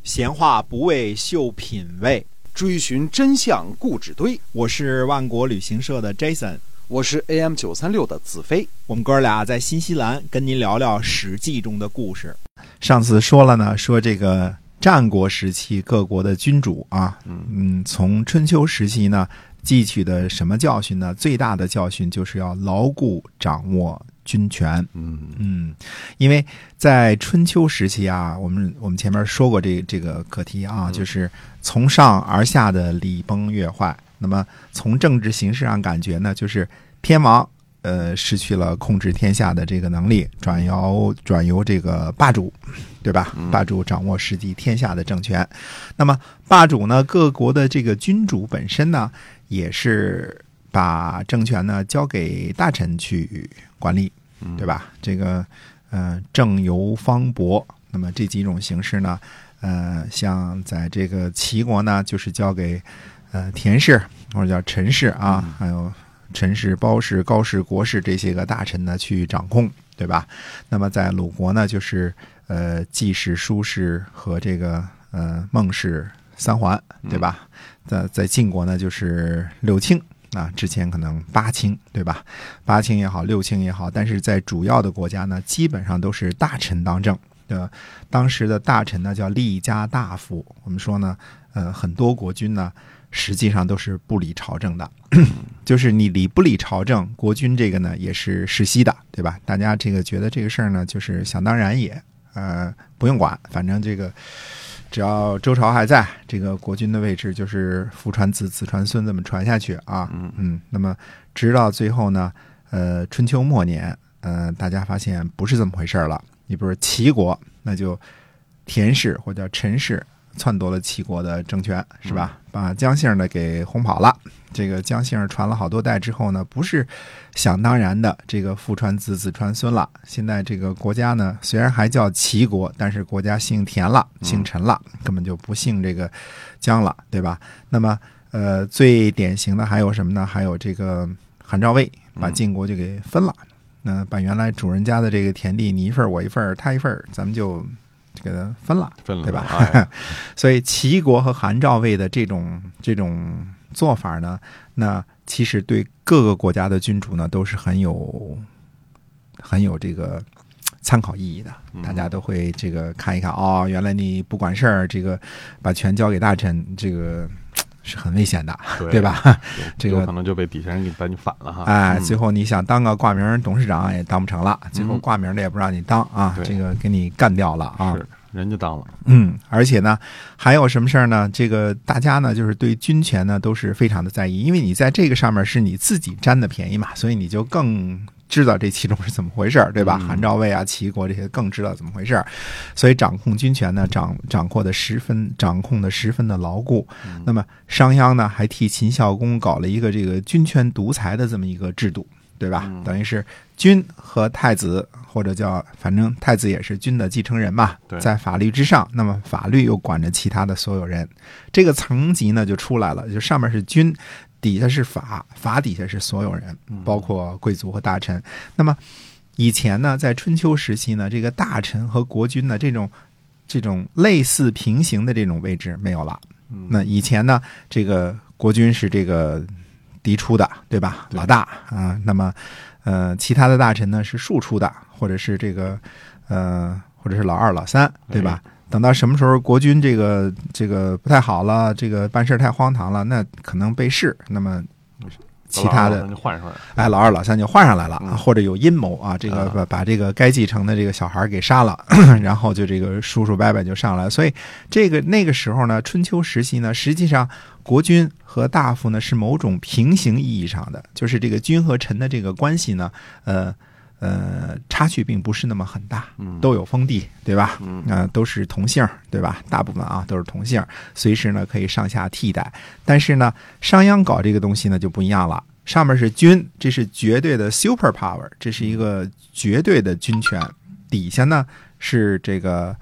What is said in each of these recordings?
闲话不为秀品味， 追寻真相故纸堆。 我是万国旅行社的 Jason， 我是 AM936 的子飞。 我们哥俩在新西兰跟您聊聊史记中的故事。上次说了呢，说这个战国时期各国的君主啊，从春秋时期呢汲取的什么教训呢？最大的教训就是要牢固掌握军权。因为在春秋时期啊，我们前面说过这个课题啊，就是从上而下的礼崩乐坏。那么从政治形势上感觉呢，就是天王失去了控制天下的这个能力，转由这个霸主，对吧？霸主掌握实际天下的政权。那么霸主呢，各国的这个君主本身呢，也是把政权呢交给大臣去管理，对吧？这个政由方伯。那么这几种形式呢，像在这个齐国呢，就是交给田氏或者叫陈氏啊，还有陈氏、包氏、高氏、国氏这些个大臣呢去掌控，对吧？那么在鲁国呢，就是季氏、叔氏和这个孟氏三桓，对吧？在晋国呢，就是六卿啊，之前可能八卿，对吧？八卿也好，六卿也好，但是在主要的国家呢，基本上都是大臣当政。当时的大臣呢叫吏家大夫。我们说呢，很多国君呢，实际上都是不理朝政的，就是你理不理朝政，国君这个呢也是世袭的，对吧？大家这个觉得这个事儿呢，就是想当然也，不用管，反正这个只要周朝还在，这个国君的位置就是父传子，子传孙，这么传下去啊。那么直到最后呢，春秋末年，大家发现不是这么回事了。你比如说齐国，那就田氏或者叫陈氏篡夺了齐国的政权，是吧？把姜姓呢给轰跑了。这个姜姓传了好多代之后呢，不是想当然的这个父传子，子传孙了。现在这个国家呢，虽然还叫齐国，但是国家姓田了，姓陈了，根本就不姓这个姜了，对吧？那么最典型的还有什么呢？还有这个韩赵魏把晋国就给分了。把原来主人家的这个田地，你一份我一份他一份，咱们就给它分了，对吧？所以齐国和韩赵魏的这种做法呢，那其实对各个国家的君主呢都是很有这个参考意义的。大家都会这个看一看哦，原来你不管事儿，这个把权交给大臣，这个是很危险的，对吧？这个有可能就被底下人给把你反了哈。 最后你想当个挂名董事长也当不成了，最后挂名的也不让你当啊，这个给你干掉了啊， 是人就当了。 而且呢，还有什么事儿呢？这个大家呢，就是对军权呢都是非常的在意，因为你在这个上面是你自己占的便宜嘛，所以你就更知道这其中是怎么回事，对吧？韩赵魏啊、齐国这些更知道怎么回事，所以掌控军权呢，掌控的十分的牢固。那么商鞅呢，还替秦孝公搞了一个这个军权独裁的这么一个制度，对吧？等于是君和太子，或者叫反正太子也是君的继承人嘛，在法律之上，那么法律又管着其他的所有人，这个层级呢就出来了，就上面是君，底下是法，法底下是所有人，包括贵族和大臣。那么以前呢，在春秋时期呢，这个大臣和国君呢，这种类似平行的这种位置没有了。那以前呢，这个国君是这个嫡出的，对吧？老大啊。那么其他的大臣呢是庶出的，或者是这个或者是老二、老三，对吧？等到什么时候国君这个不太好了，这个办事太荒唐了，那可能被弑，那么其他的老二、老三就换上来了，或者有阴谋啊，这个把这个该继承的这个小孩给杀了，然后就这个叔叔伯伯就上来。所以那个时候呢，春秋时期呢，实际上国君和大夫呢是某种平行意义上的，就是这个君和臣的这个关系呢，差距并不是那么很大，都有封地，对吧？都是同姓，对吧？大部分啊都是同姓，随时呢可以上下替代。但是呢，商鞅搞这个东西呢就不一样了，上面是君，这是绝对的 super power， 这是一个绝对的军权，底下呢是这个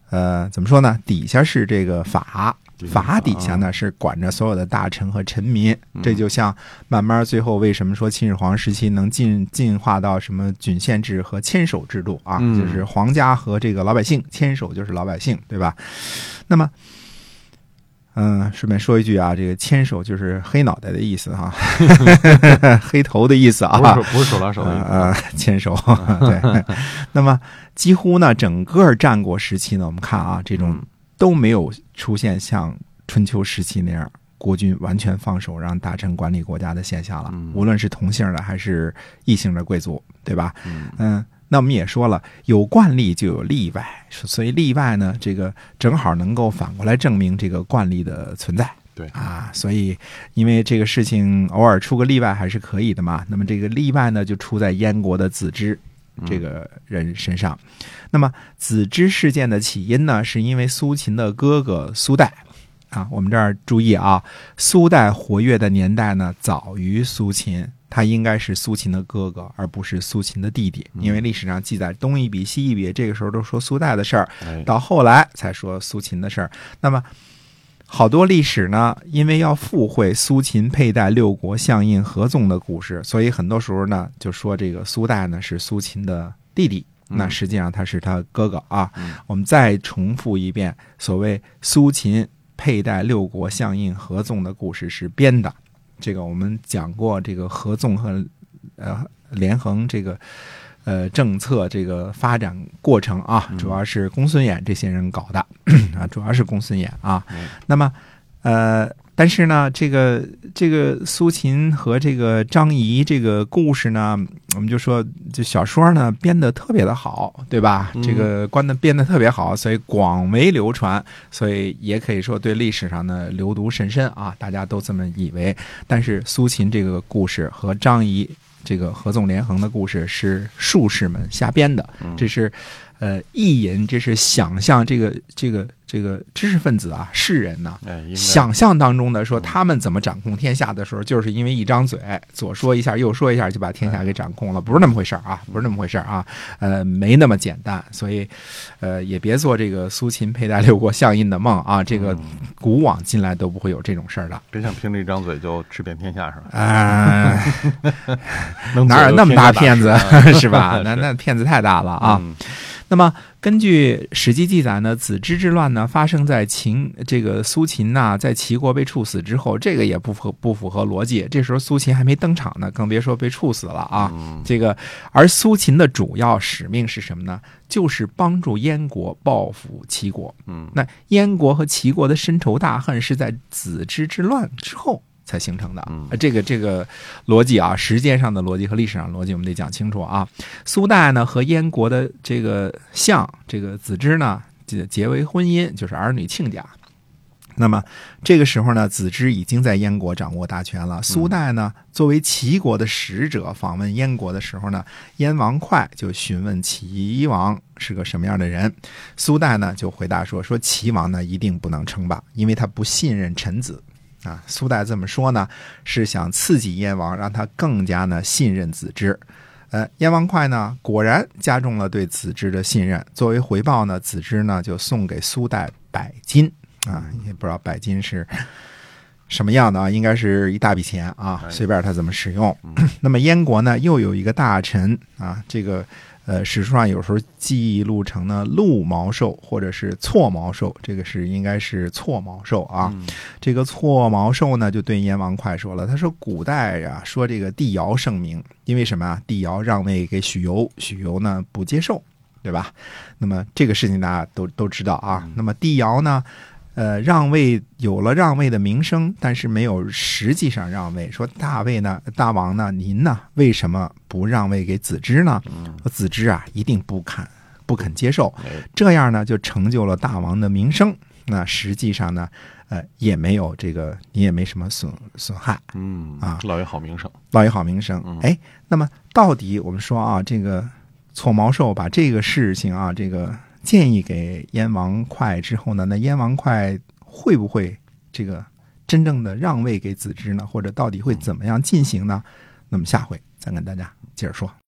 怎么说呢？底下是这个法底下呢是管着所有的大臣和臣民。这就像慢慢最后为什么说秦始皇时期能进化到什么郡县制和千守制度啊？就是皇家和这个老百姓，千守就是老百姓，对吧？那么顺便说一句啊，这个千手就是黑脑袋的意思哈，黑头的意思啊， 不是手拉手的意思千手对。那么几乎呢，整个战国时期呢，我们看啊，这种都没有出现像春秋时期那样国君完全放手让大臣管理国家的现象了，无论是同姓的还是异姓的贵族，对吧？那我们也说了，有惯例就有例外，所以例外呢，这个正好能够反过来证明这个惯例的存在。 对啊，所以因为这个事情偶尔出个例外还是可以的嘛。那么这个例外呢，就出在燕国的子之这个人身上。那么子之事件的起因呢，是因为苏秦的哥哥苏代啊。我们这儿注意啊，苏代活跃的年代呢，早于苏秦。他应该是苏秦的哥哥，而不是苏秦的弟弟，因为历史上记载东一笔西一笔，这个时候都说苏代的事儿，到后来才说苏秦的事儿。那么好多历史呢，因为要附会苏秦佩戴六国相印合纵的故事，所以很多时候呢就说这个苏代呢是苏秦的弟弟，那实际上他是他哥哥啊。我们再重复一遍，所谓苏秦佩戴六国相印合纵的故事是编的。这个我们讲过，这个合纵和连横这个政策这个发展过程啊，主要是公孙衍这些人搞的啊，主要是公孙衍啊。那么但是呢，这个苏秦和这个张仪这个故事呢，我们就说这小说呢编得特别的好，对吧？这个编得特别好，所以广为流传，所以也可以说对历史上的流毒甚深啊，大家都这么以为。但是苏秦这个故事和张仪这个合纵连横的故事是术士们瞎编的，这是意淫，这是想象这个知识分子啊，士人呢，想象当中的说他们怎么掌控天下的时候，就是因为一张嘴，左说一下右说一下就把天下给掌控了，不是那么回事啊，不是那么回事啊，没那么简单，所以也别做这个苏秦佩戴六国相印的梦啊，这个古往今来都不会有这种事儿的。 别想凭着一张嘴就吃遍天下是吧？ 哪有那么大骗子是吧？那骗子太大了啊。那么根据《史记》记载呢，子之之乱呢发生在这个苏秦呐，在齐国被处死之后，这个也不符合逻辑。这时候苏秦还没登场呢，更别说被处死了啊。而苏秦的主要使命是什么呢？就是帮助燕国报复齐国。那燕国和齐国的深仇大恨是在子之之乱之后才形成的。这个逻辑啊，时间上的逻辑和历史上的逻辑我们得讲清楚啊。苏代呢和燕国的这个这个子之呢结为婚姻，就是儿女亲家。那么这个时候呢，子之已经在燕国掌握大权了。苏代呢作为齐国的使者访问燕国的时候呢，燕王哙就询问齐王是个什么样的人。苏代呢就回答说齐王呢一定不能称霸，因为他不信任臣子。苏代这么说呢，是想刺激燕王，让他更加呢信任子之。燕王哙呢果然加重了对子之的信任。作为回报呢，子之呢就送给苏代100金啊，也不知道100金是什么样的啊，应该是一大笔钱啊，随便他怎么使用。那么燕国呢又有一个大臣啊，这个史书上有时候记录成呢陆毛寿或者是错毛寿，这个应该是错毛寿啊。这个错毛寿呢就对燕王哙说了，他说古代啊说这个帝尧圣明，因为什么啊？帝尧让位给许由，许由呢不接受，对吧？那么这个事情大家都知道啊。那么帝尧呢让位有了让位的名声，但是没有实际上让位。说大王呢，您呢为什么不让位给子之呢？子之啊一定不肯接受，这样呢就成就了大王的名声。那实际上呢，也没有你也没什么损害， 落一好名声， 那么到底我们说啊，这个错毛寿把这个事情啊，这个建议给燕王哙之后呢，那燕王哙会不会这个真正的让位给子之呢？或者到底会怎么样进行呢？那么下回再跟大家接着说。